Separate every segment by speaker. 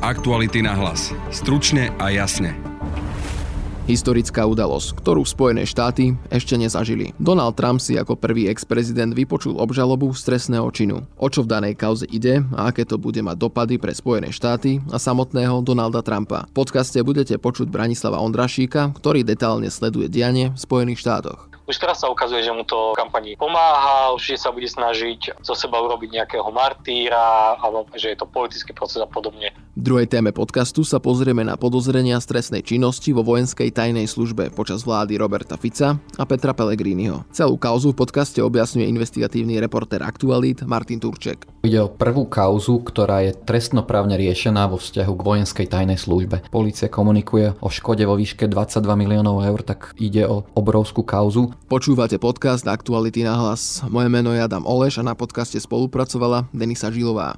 Speaker 1: Aktuality na hlas. Stručne a jasne.
Speaker 2: Historická udalosť, ktorú Spojené štáty ešte nezažili. Donald Trump si ako prvý ex-prezident vypočul obžalobu z trestného činu. O čo v danej kauze ide a aké to bude mať dopady pre Spojené štáty a samotného Donalda Trumpa. V podcaste budete počuť Branislava Ondrašíka, ktorý detálne sleduje dianie v Spojených štátoch.
Speaker 3: Už teraz sa ukazuje, že mu to kampani pomáha, určite sa bude snažiť zo seba urobiť nejakého martýra, alebo že je to politický proces a podobne.
Speaker 2: V druhej téme podcastu sa pozrieme na podozrenia z trestnej činnosti vo vojenskej tajnej službe počas vlády Roberta Fica a Petra Pellegriniho. Celú kauzu v podcaste objasňuje investigatívny reportér Aktualít Martin Turček.
Speaker 4: Ide o prvú kauzu, ktorá je trestnoprávne riešená vo vzťahu k vojenskej tajnej službe. Polícia komunikuje o škode vo výške 22 miliónov eur, tak ide o obrovskú kauzu.
Speaker 2: Počúvate podcast Aktuality na hlas. Moje meno je Adam Oleš a na podcaste spolupracovala Denisa Žilová.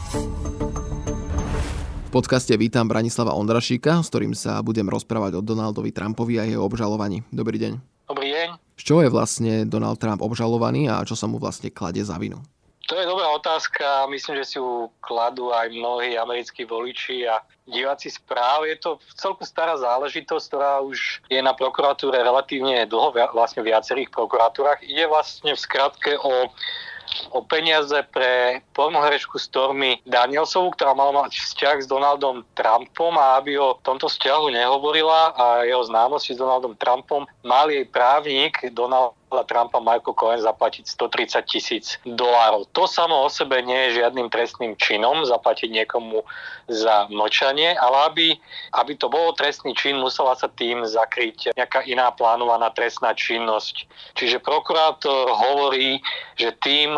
Speaker 2: V podcaste vítam Branislava Ondrašíka, s ktorým sa budem rozprávať o Donaldovi Trumpovi a jeho obžalovaní. Dobrý deň.
Speaker 3: Dobrý deň.
Speaker 2: Z čoho je vlastne Donald Trump obžalovaný a čo sa mu vlastne kladie za vinu?
Speaker 3: To je dobrá otázka. Myslím, že si ju kladú aj mnohí americkí voliči a diváci správ. Je to celku stará záležitosť, ktorá už je na prokuratúre relatívne dlho, vlastne v viacerých prokuratúrach. Ide vlastne v skratke o peniaze pre pornoherečku Stormy Danielsovú, ktorá mala mať vzťah s Donaldom Trumpom, a aby o tomto vzťahu nehovorila a jeho známosti s Donaldom Trumpom, mal jej právnik Donalda Trumpa Michael Cohen zaplatiť $130,000. To samo o sebe nie je žiadnym trestným činom zaplatiť niekomu za mlčanie, ale aby to bolo trestný čin, musela sa tým zakryť nejaká iná plánovaná trestná činnosť. Čiže prokurátor hovorí, že tým,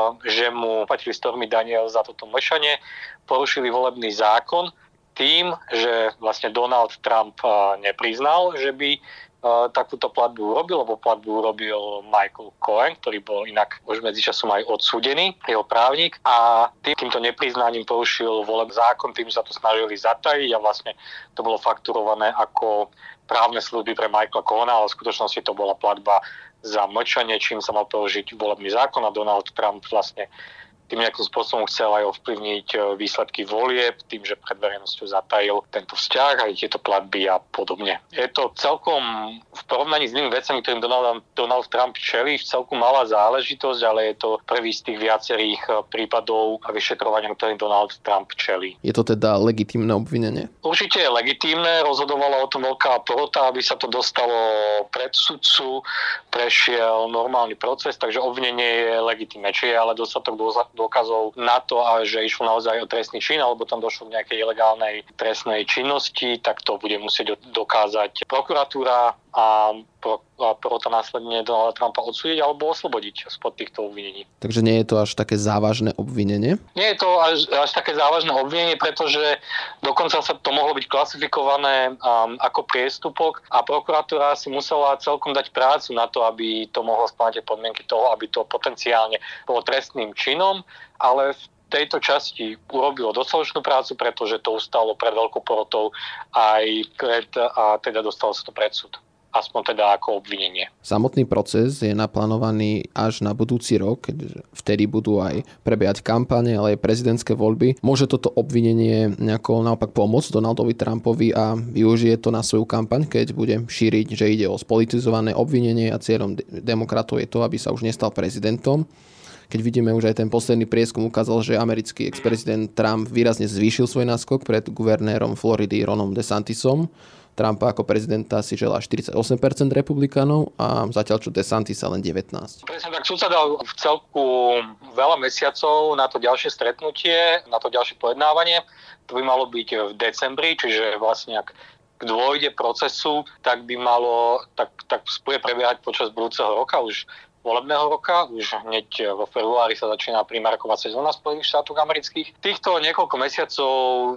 Speaker 3: že mu platili Stormy Daniels za toto mlčanie, porušili volebný zákon tým, že vlastne Donald Trump nepriznal, že by takúto platbu urobil, lebo platbu urobil Michael Cohen, ktorý bol inak už medzičasom aj odsúdený, jeho právnik, a týmto nepriznaním porušil volebný zákon, tým sa to snažili zatajiť a vlastne to bolo fakturované ako právne služby pre Michaela Cohena, ale v skutočnosti to bola platba za mlčanie, čím sa mal použiť volebný zákon, a Donald Trump vlastne tým nejakým spôsobom chcel aj ovplyvniť výsledky volieb, tým, že pred verejnosťou zatajil tento vzťah, aj tieto platby a podobne. Je to celkom v porovnaní s inými vecami, ktorým Donald Trump čelí, celkom malá záležitosť, ale je to prvý z tých viacerých prípadov a vyšetrovania, ktorým Donald Trump čelí.
Speaker 2: Je to teda legitímne obvinenie?
Speaker 3: Určite je legitímne, rozhodovala o tom veľká porota, aby sa to dostalo pred sudcu, prešiel normálny proces, takže obvinenie je legitímne. Či je ale dostatok dôkazov na to, že išlo naozaj o trestný čin, alebo tam došlo k nejakej ilegálnej trestnej činnosti, tak to bude musieť dokázať prokuratúra a porota následne Donalda Trumpa odsúdiť alebo oslobodiť spod týchto obvinení.
Speaker 2: Takže nie je to až také závažné obvinenie?
Speaker 3: Nie je to až také závažné obvinenie, pretože dokonca sa to mohlo byť klasifikované ako priestupok a prokuratúra si musela celkom dať prácu na to, aby to mohlo spĺňať podmienky toho, aby to potenciálne bolo trestným činom, ale v tejto časti urobilo dostatočnú prácu, pretože to ustalo pred veľkou porotou a teda dostalo sa to pred súd. Aspoň teda ako obvinenie.
Speaker 2: Samotný proces je naplánovaný až na budúci rok, keď vtedy budú aj prebiehať kampane, ale aj prezidentské voľby. Môže toto obvinenie nejako naopak pomôcť Donaldovi Trumpovi a využije to na svoju kampaň, keď bude šíriť, že ide o spolitizované obvinenie a cieľom demokratov je to, aby sa už nestal prezidentom. Keď vidíme, už aj ten posledný prieskum ukázal, že americký ex-prezident Trump výrazne zvýšil svoj náskok pred guvernérom Floridy Ronom DeSantisom. Trumpa ako prezidenta si želá 48% republikánov a zatiaľ čo DeSantis len 19%.
Speaker 3: Presne tak, súd sa dal v celku veľa mesiacov na to ďalšie stretnutie, na to ďalšie pojednávanie. To by malo byť v decembri, čiže vlastne ak dôjde procesu, tak by malo, tak bude prebiehať počas budúceho roka, už volebného roka. Už hneď vo februári sa začína primárková sezóna Spojených štátoch amerických. Týchto niekoľko mesiacov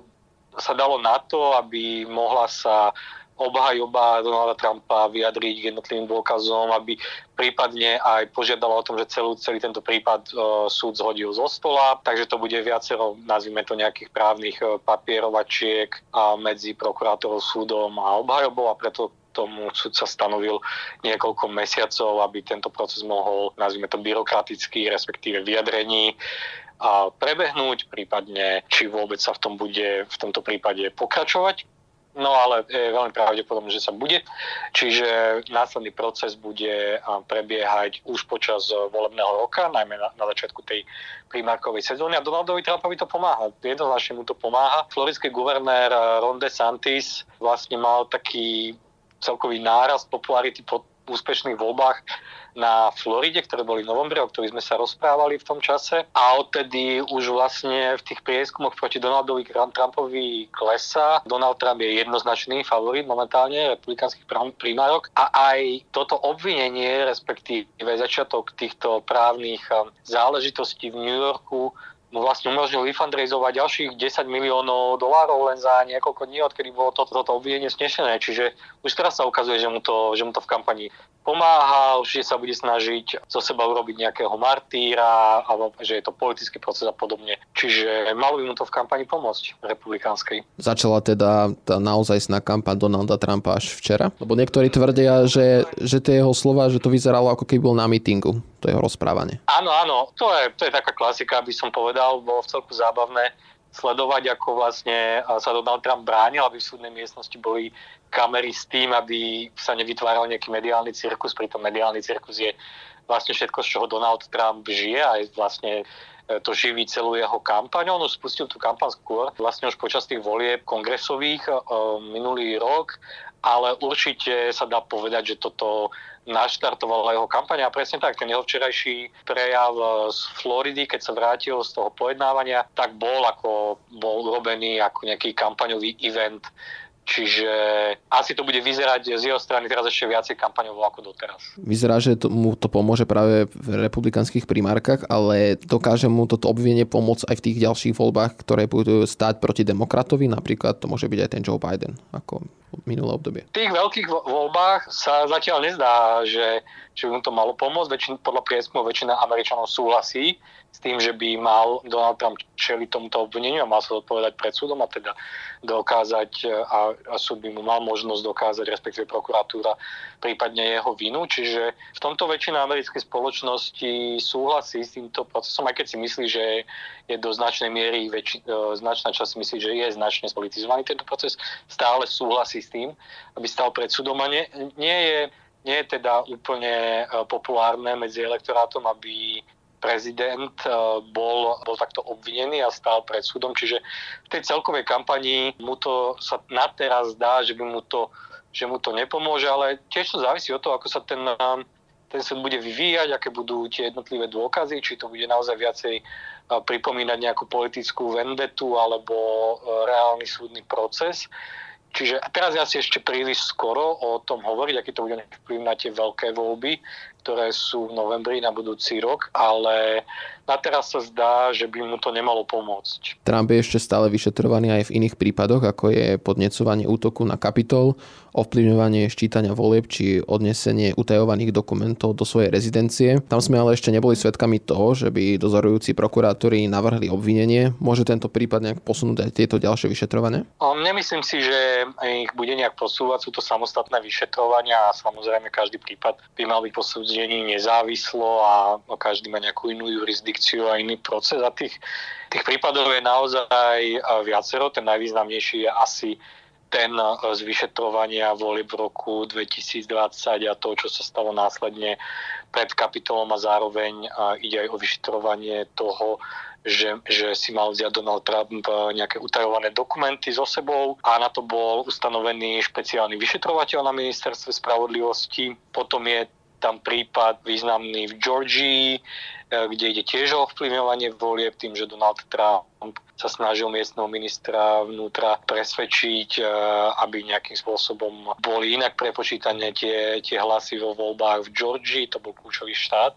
Speaker 3: sa dalo na to, aby mohla sa obhajoba Donalda Trumpa vyjadriť k jednotlivým dôkazom, aby prípadne aj požiadala o tom, že celý tento prípad súd zhodil zo stola. Takže to bude viacero, nazvime to, nejakých právnych papierovačiek medzi prokurátorov, súdom a obhajobou, a preto tomu sudca stanovil niekoľko mesiacov, aby tento proces mohol, nazvime to, byrokratický, respektíve vyjadrení prebehnúť, prípadne či vôbec sa v tomto prípade pokračovať. No ale je veľmi pravdepodobné, že sa bude. Čiže následný proces bude prebiehať už počas volebného roka, najmä na začiatku tej primárkovej sezóny. A Donaldovi Trumpovi to pomáha. Jednoznačne mu to pomáha. Floridský guvernér Ron DeSantis vlastne mal taký celkový nárast popularity po úspešných voľbách na Floride, ktoré boli v novembri, o ktorých sme sa rozprávali v tom čase. A odtedy už vlastne v tých prieskumoch proti Donaldovi Trumpovi klesá. Donald Trump je jednoznačný favorit momentálne republikánskych primárok. A aj toto obvinenie, respektíve začiatok týchto právnych záležitostí v New Yorku mu vlastne umožnil vyfundraizovať ďalších $10 miliónov len za niekoľko dní, odkedy bolo toto obvinenie snešené. Čiže už teraz sa ukazuje, že mu to v kampani pomáha, určite sa bude snažiť zo seba urobiť nejakého martýra, alebo že je to politický proces a podobne. Čiže malo by mu to v kampani pomôcť republikánskej.
Speaker 2: Začala teda tá naozajstná kampaň Donalda Trumpa až včera? Lebo niektorí tvrdia, že tie jeho slova, že to vyzeralo ako keby bol na mítingu, to jeho rozprávanie.
Speaker 3: Áno, to je taká klasika, by som povedal, bolo vcelku zábavné sledovať, ako vlastne sa Donald Trump bránil, aby v súdnej miestnosti boli kamery s tým, aby sa nevytváral nejaký mediálny cirkus. Pritom mediálny cirkus je vlastne všetko, z čoho Donald Trump žije a vlastne to živí celú jeho kampaň. On už spustil tú kampaň skôr, vlastne už počas tých volieb kongresových minulý rok, ale určite sa dá povedať, že toto naštartovala jeho kampaň a presne tak, ten jeho včerajší prejav z Floridy, keď sa vrátil z toho pojednávania, tak bol urobený ako nejaký kampaňový event. Čiže asi to bude vyzerať z jeho strany teraz ešte viacej kampaňovo ako doteraz.
Speaker 2: Vyzerá, že mu to pomôže práve v republikánskych primárkach, ale dokáže mu toto obvinenie pomôcť aj v tých ďalších voľbách, ktoré budú stáť proti demokratovi? Napríklad to môže byť aj ten Joe Biden, ako v minulé obdobie.
Speaker 3: V tých veľkých voľbách sa zatiaľ nezdá, že by mu to malo pomôcť. Podľa prieskumov väčšina Američanov súhlasí s tým, že by mal Donald Trump čeliť tomuto obvineniu a mal sa odpovedať pred súdom a teda dokázať a súd by mu mal možnosť dokázať, respektíve prokuratúra, prípadne jeho vinu. Čiže v tomto väčšina americkej spoločnosti súhlasí s týmto procesom, aj keď si myslí, že je do značnej miery, značná časť myslí, že je značne spolitizovaný tento proces, stále súhlasí s tým, aby stal pred súdom a nie je teda úplne populárne medzi elektorátom, aby prezident bol takto obvinený a stál pred súdom. Čiže v tej celkovej kampanii mu to sa na teraz zdá, že mu to nepomôže, ale tiež to závisí od toho, ako sa ten súd bude vyvíjať, aké budú tie jednotlivé dôkazy, či to bude naozaj viacej pripomínať nejakú politickú vendetu alebo reálny súdny proces. Čiže teraz je asi ešte príliš skoro o tom hovoriť, aký to bude vplyv na tie veľké voľby, ktoré sú v novembri na budúci rok, ale na teraz sa zdá, že by mu to nemalo pomôcť.
Speaker 2: Trump je ešte stále vyšetrovaný aj v iných prípadoch, ako je podnecovanie útoku na Kapitol, ovplyvňovanie ščítania volieb či odnesenie utajovaných dokumentov do svojej rezidencie. Tam sme ale ešte neboli svedkami toho, že by dozorujúci prokurátori navrhli obvinenie. Môže tento prípad nejak posunúť aj tieto ďalšie vyšetrovania?
Speaker 3: Nemyslím si, že ich bude nejak posúvať. Sú to samostatné vyšetrovania a samozrejme každý prípad by mal byť posúdený nezávislo a každý má nejakú inú jurisdikciu a iný proces. A tých prípadov je naozaj viacero. Ten najvýznamnejší je asi ten z vyšetrovania volieb v roku 2020 a to, čo sa stalo následne pred Kapitolom a zároveň ide aj o vyšetrovanie toho, že si mal vziať Donald Trump nejaké utajované dokumenty so sebou a na to bol ustanovený špeciálny vyšetrovateľ na ministerstve spravodlivosti. Potom je tam prípad významný v Georgii, kde ide tiež o ovplyvňovanie volieb tým, že Donald Trump sa snažil miestneho ministra vnútra presvedčiť, aby nejakým spôsobom boli inak prepočítané tie hlasy vo voľbách v Georgii. To bol kľúčový štát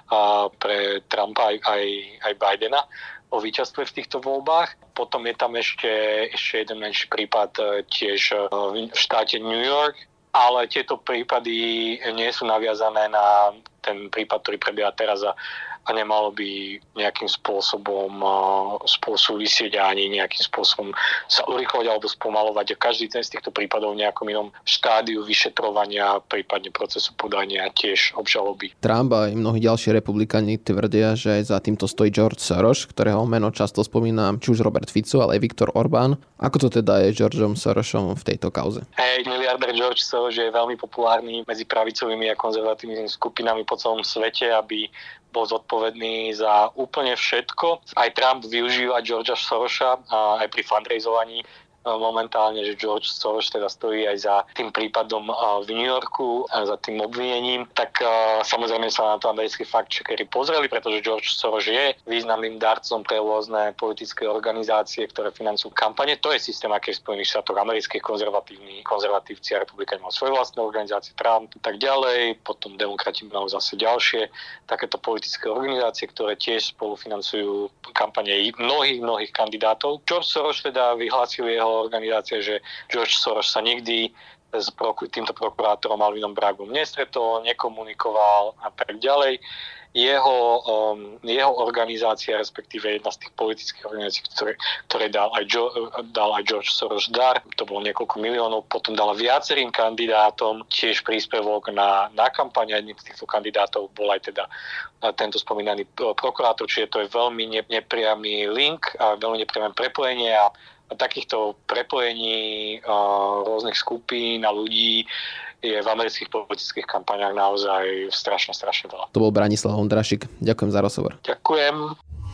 Speaker 3: pre Trumpa aj Bidena o víťazstve v týchto voľbách. Potom je tam ešte jeden menší prípad tiež v štáte New York, ale tieto prípady nie sú naviazané na ten prípad, ktorý prebieha teraz a a nemalo by nejakým spôsobom spolu súvisieť a ani nejakým spôsobom sa urýchlovať alebo spomalovať a každý ten z týchto prípadov v nejakom inom štádiu vyšetrovania, prípadne procesu podania tiež obžaloby.
Speaker 2: Trump a aj mnohí ďalší republikáni tvrdia, že aj za týmto stojí George Soros, ktorého meno často spomínam, či už Robert Fico, ale aj Viktor Orbán. Ako to teda je Georgeom Sorosom v tejto kauze?
Speaker 3: Miliardár George Soros je veľmi populárny medzi pravicovými a konzervatívnymi skupinami po celom svete, aby bol zodpovedný za úplne všetko. Aj Trump využíva Georgea Sorosa aj pri fundraizovaní momentálne, že George Soros teda stojí aj za tým prípadom v New Yorku, za tým obvinením, tak samozrejme sa na to americkí fact-checkeri pozreli, pretože George Soros je významným darcom pre rôzne politické organizácie, ktoré financujú kampane. To je systém, aký v Spojených štátoch amerických konzervatívci a republikáni majú svoje vlastné organizácie, Trump a tak ďalej, potom demokrati majú zase ďalšie takéto politické organizácie, ktoré tiež spolufinancujú kampane mnohých kandidátov. George Soros teda vyhlásil jeho organizácie, že George Soros sa nikdy s týmto prokurátorom Alvinom Bragom nestretol, nekomunikoval a tak ďalej. Jeho organizácia, respektíve jedna z tých politických organizácií, ktoré dal aj George Soros dar, to bolo niekoľko miliónov, potom dal viacerým kandidátom tiež príspevok na kampaň. Jedným z týchto kandidátov bol aj teda tento spomínaný prokurátor, čiže to je veľmi nepriamy link a veľmi nepriame prepojenie a takýchto prepojení rôznych skupín a ľudí je v amerických politických kampaniách naozaj strašne veľa.
Speaker 2: To bol Branislav Ondrášik. Ďakujem za rozhovor.
Speaker 3: Ďakujem.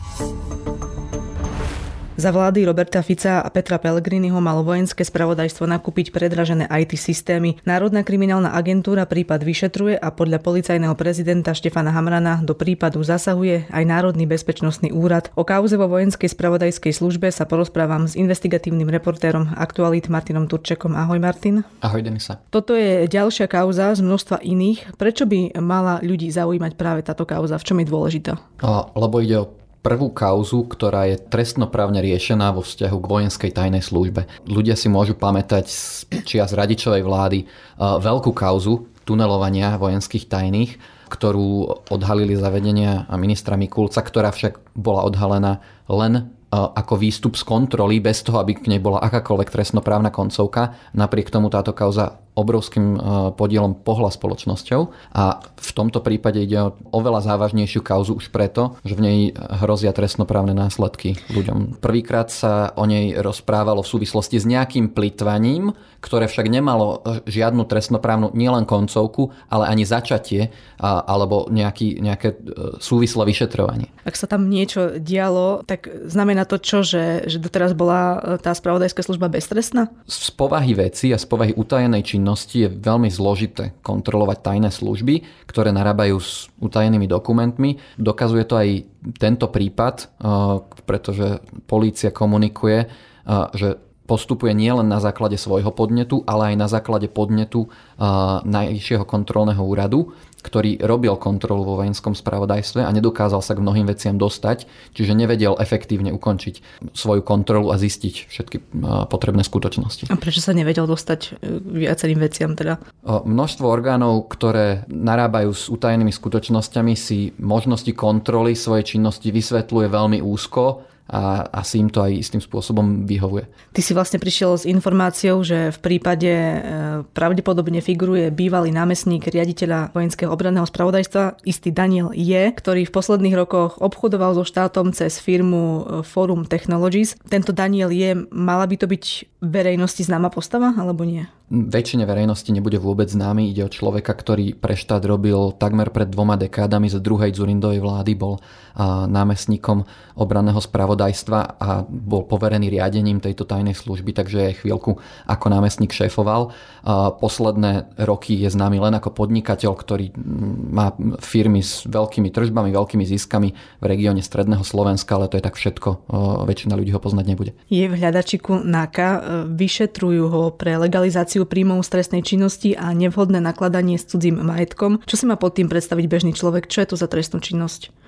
Speaker 5: Za vlády Roberta Fica a Petra Pellegriniho malo vojenské spravodajstvo nakúpiť predražené IT systémy. Národná kriminálna agentúra prípad vyšetruje a podľa policajného prezidenta Štefana Hamrana do prípadu zasahuje aj Národný bezpečnostný úrad. O kauze vo vojenskej spravodajskej službe sa porozprávam s investigatívnym reportérom Aktualít Martinom Turčekom. Ahoj Martin.
Speaker 4: Ahoj Denisa.
Speaker 5: Toto je ďalšia kauza z množstva iných. Prečo by mala ľudí zaujímať práve táto kauza? V čom je dôležitá?
Speaker 4: Lebo ide o prvú kauzu, ktorá je trestnoprávne riešená vo vzťahu k vojenskej tajnej službe. Ľudia si môžu pamätať z čias Radičovej vlády veľkú kauzu tunelovania vojenských tajných, ktorú odhalili zavedenia ministra Mikulca, ktorá však bola odhalená len ako výstup z kontroly, bez toho, aby k nej bola akákoľvek trestnoprávna koncovka. Napriek tomu táto kauza obrovským podielom pohla spoločnosťou a v tomto prípade ide o oveľa závažnejšiu kauzu už preto, že v nej hrozia trestnoprávne následky ľuďom. Prvýkrát sa o nej rozprávalo v súvislosti s nejakým plytvaním, ktoré však nemalo žiadnu trestnoprávnu nielen koncovku, ale ani začatie alebo nejaké súvislé vyšetrovanie.
Speaker 5: Ak sa tam niečo dialo, tak znamená to čo, že doteraz bola tá spravodajská služba beztrestná?
Speaker 4: Z povahy veci a z povahy utajenej činnosti je veľmi zložité kontrolovať tajné služby, ktoré narábajú s utajenými dokumentmi. Dokazuje to aj tento prípad, pretože polícia komunikuje, že postupuje nielen na základe svojho podnetu, ale aj na základe podnetu Najvyššieho kontrolného úradu, ktorý robil kontrolu vo vojenskom spravodajstve a nedokázal sa k mnohým veciam dostať, čiže nevedel efektívne ukončiť svoju kontrolu a zistiť všetky potrebné skutočnosti.
Speaker 5: A prečo sa nevedel dostať viacerým veciam teda?
Speaker 4: Množstvo orgánov, ktoré narábajú s utajenými skutočnosťami, si možnosti kontroly svojej činnosti vysvetľuje veľmi úzko a asi im to aj istým spôsobom vyhovuje.
Speaker 5: Ty si vlastne prišiel s informáciou, že v prípade pravdepodobne figuruje bývalý námestník riaditeľa vojenského obranného spravodajstva, istý Daniel J., ktorý v posledných rokoch obchodoval so štátom cez firmu Forum Technologies. Tento Daniel J., mala by to byť verejnosti známa postava, alebo nie?
Speaker 4: Väčšine verejnosti nebude vôbec známy. Ide o človeka, ktorý pre štát robil takmer pred 2 dekádami za druhej Dzurindovej vlády, bol námestníkom obranného spravodajstva a bol poverený riadením tejto tajnej služby, takže aj chvíľku ako námestník šéfoval. Posledné roky je známy len ako podnikateľ, ktorý má firmy s veľkými tržbami, veľkými ziskami v regióne stredného Slovenska, ale to je tak všetko. Väčšina ľudí ho poznať nebude.
Speaker 5: Je v hľadačiku NAKA, vyšetrujú ho pre legalizáciu príjmov z trestnej činnosti a nevhodné nakladanie s cudzím majetkom. Čo si má pod tým predstaviť bežný človek? Čo je to za trestnú činnosť?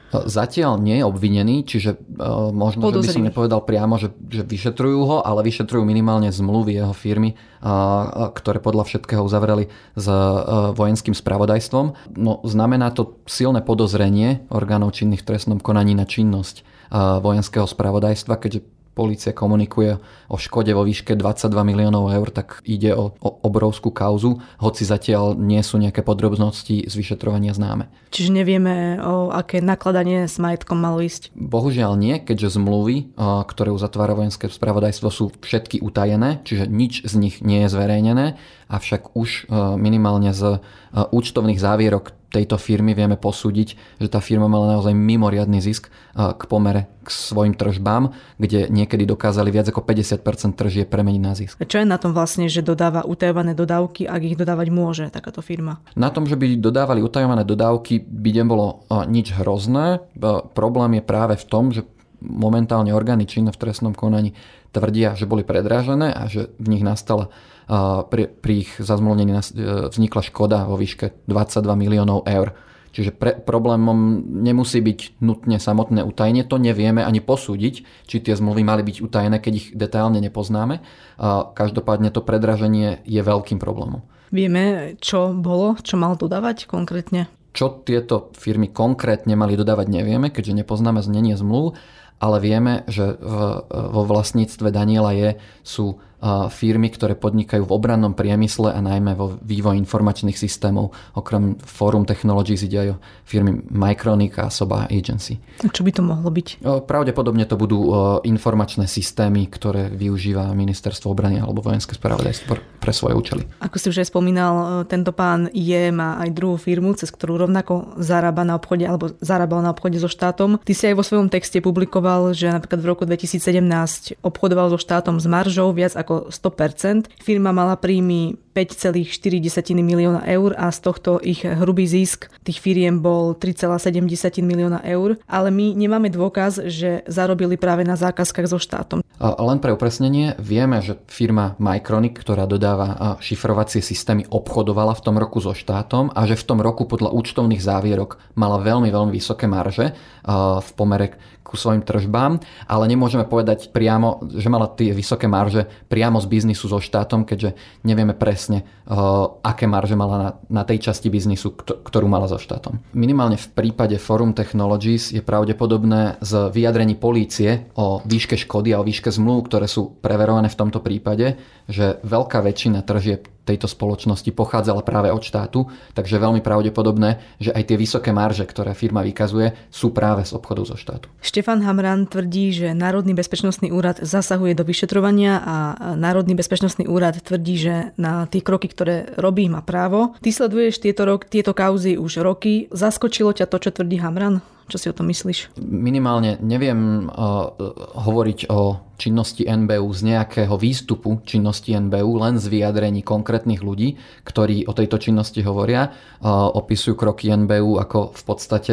Speaker 4: Zatiaľ nie je obvinený, čiže možno, že by som nepovedal priamo, že vyšetrujú ho, ale vyšetrujú minimálne zmluvy jeho firmy, ktoré podľa všetkého uzavreli s vojenským spravodajstvom. No, znamená to silné podozrenie orgánov činných v trestnom konaní na činnosť vojenského spravodajstva, keďže polícia komunikuje o škode vo výške 22 miliónov eur, tak ide o obrovskú kauzu, hoci zatiaľ nie sú nejaké podrobnosti z vyšetrovania známe.
Speaker 5: Čiže nevieme, o aké nakladanie s majetkom malo ísť?
Speaker 4: Bohužiaľ nie, keďže zmluvy, ktoré uzatvára vojenské spravodajstvo, sú všetky utajené, čiže nič z nich nie je zverejnené, avšak už minimálne z účtovných závierok tejto firmy vieme posúdiť, že tá firma mala naozaj mimoriadny zisk k pomere k svojim tržbám, kde niekedy dokázali viac ako 50% tržieb premeniť na zisk.
Speaker 5: A čo je na tom vlastne, že dodáva utajované dodávky, ak ich dodávať môže takáto firma?
Speaker 4: Na tom, že by dodávali utajované dodávky, by nebolo nič hrozné. Problém je práve v tom, že momentálne orgány činné v trestnom konaní tvrdia, že boli predražené a že v nich nastala pri ich zazmluvnení vznikla škoda vo výške 22 miliónov eur. Čiže problémom nemusí byť nutne samotné utajenie, to nevieme ani posúdiť, či tie zmluvy mali byť utajené, keď ich detailne nepoznáme. Každopádne to predraženie je veľkým problémom.
Speaker 5: Vieme, čo bolo, čo mal dodávať konkrétne?
Speaker 4: Čo tieto firmy konkrétne mali dodávať, nevieme, keďže nepoznáme znenie zmluv, ale vieme, že vo vlastníctve Daniela sú firmy, ktoré podnikajú v obrannom priemysle a najmä vo vývoji informačných systémov. Okrem Forum Technologies ide aj o firmy Micronic a Soba Agency.
Speaker 5: Čo by to mohlo byť?
Speaker 4: Pravdepodobne to budú informačné systémy, ktoré využíva Ministerstvo obrany alebo vojenské spravodajstvo pre svoje účely.
Speaker 5: Ako si už aj spomínal, tento pán má aj druhú firmu, cez ktorú rovnako zarábal na obchode so štátom. Ty si aj vo svojom texte publikoval, že napríklad v roku 2017 obchodoval so štátom s maržou viac ako 100%. Firma mala príjmy 5,4 milióna eur a z tohto ich hrubý zisk tých firiem bol 3,7 milióna eur, ale my nemáme dôkaz, že zarobili práve na zákazkách so štátom.
Speaker 4: Len pre upresnenie, vieme, že firma Micronic, ktorá dodáva šifrovacie systémy, obchodovala v tom roku so štátom a že v tom roku podľa účtovných závierok mala veľmi, veľmi vysoké marže v pomere ku svojim tržbám, ale nemôžeme povedať priamo, že mala tie vysoké marže priamo z biznisu so štátom, keďže nevieme presne, aké marže mala na tej časti biznisu, ktorú mala so štátom. Minimálne v prípade Forum Technologies je pravdepodobné z vyjadrení polície o výške škody a o výške zmluv, ktoré sú preverované v tomto prípade, že veľká väčšina tržieb tejto spoločnosti pochádzala práve od štátu, takže veľmi pravdepodobné, že aj tie vysoké marže, ktoré firma vykazuje, sú práve z obchodov zo štátu.
Speaker 5: Štefan Hamran tvrdí, že Národný bezpečnostný úrad zasahuje do vyšetrovania a Národný bezpečnostný úrad tvrdí, že na tie kroky, ktoré robí, má právo. Ty sleduješ tieto kauzy už roky. Zaskočilo ťa to, čo tvrdí Hamran? Čo si o tom myslíš?
Speaker 4: Minimálne neviem hovoriť o činnosti NBÚ z nejakého výstupu činnosti NBÚ, len z vyjadrení konkrétnych ľudí, ktorí o tejto činnosti hovoria. Opisujú kroky NBÚ ako v podstate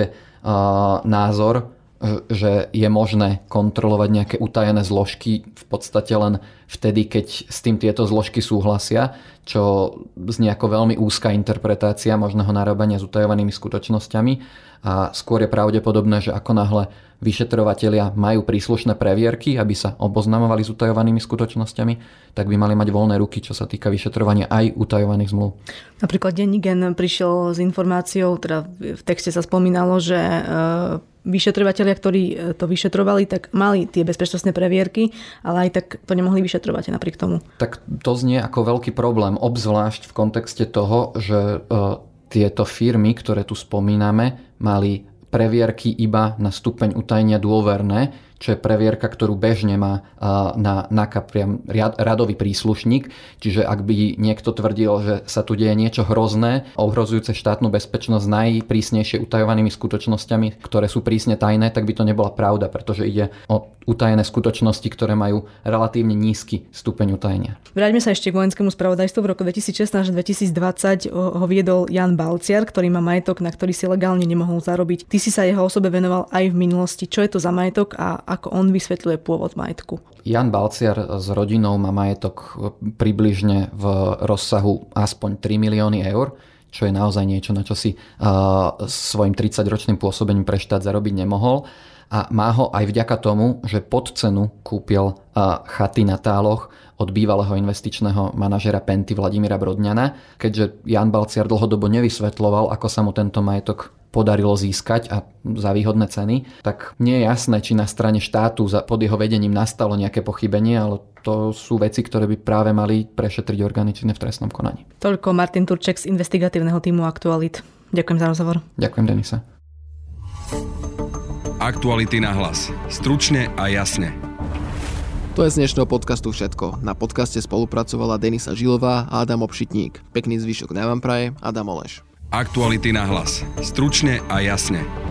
Speaker 4: názor, že je možné kontrolovať nejaké utajené zložky v podstate len vtedy, keď s tým tieto zložky súhlasia, čo znie ako veľmi úzka interpretácia možného narábania s utajovanými skutočnosťami a skôr je pravdepodobné, že ako náhle vyšetrovatelia majú príslušné previerky, aby sa oboznamovali s utajovanými skutočnosťami, tak by mali mať voľné ruky, čo sa týka vyšetrovania aj utajovaných zmluv. Napríklad
Speaker 5: denník N prišiel s informáciou, teda v texte sa spomínalo, že vyšetrovatelia, ktorí to vyšetrovali, tak mali tie bezpečnostné previerky, ale aj tak to nemohli vyšetrovať napriek tomu.
Speaker 4: Tak to znie ako veľký problém, obzvlášť v kontexte toho, že tieto firmy, ktoré tu spomíname, mali previerky iba na stupeň utajenia dôverné, čo je previerka, ktorú bežne má na NAKA priam radový príslušník. Čiže ak by niekto tvrdil, že sa tu deje niečo hrozné, ohrozujúce štátnu bezpečnosť najprísnejšie utajovanými skutočnosťami, ktoré sú prísne tajné, tak by to nebola pravda, pretože ide o utajené skutočnosti, ktoré majú relatívne nízky stupeň utajenia.
Speaker 5: Vráťme sa ešte k vojenskému spravodajstvu. V roku 2016 až 2020 ho viedol Jan Balciar, ktorý má majetok, na ktorý si legálne nemohol zarobiť. Ty si sa jeho osobe venoval aj v minulosti. Čo je to za majetok a ako on vysvetľuje pôvod majetku?
Speaker 4: Jan Balciar s rodinou má majetok približne v rozsahu aspoň 3 milióny eur, čo je naozaj niečo, na čo si svojim 30-ročným pôsobením pre štát zarobiť nemohol. A má ho aj vďaka tomu, že pod cenu kúpil chaty na Táloch od bývalého investičného manažera Penty Vladimíra Brodňana, keďže Ján Balciar dlhodobo nevysvetľoval, ako sa mu tento majetok podarilo získať a za výhodné ceny, tak nie je jasné, či na strane štátu pod jeho vedením nastalo nejaké pochybenie, ale to sú veci, ktoré by práve mali prešetriť orgány činné v trestnom konaní.
Speaker 5: Toľko Martin Turček z investigatívneho týmu Aktualit. Ďakujem za rozhovor.
Speaker 4: Ďakujem, Denisa.
Speaker 1: Aktuality na hlas. Stručne a jasne.
Speaker 2: To je z dnešného podcastu všetko. Na podcaste spolupracovala Denisa Žilová a Adam Obšitník. Pekný zvyšok dňa vám praje Adam Oleš.
Speaker 1: Aktuality na hlas. Stručne a jasne.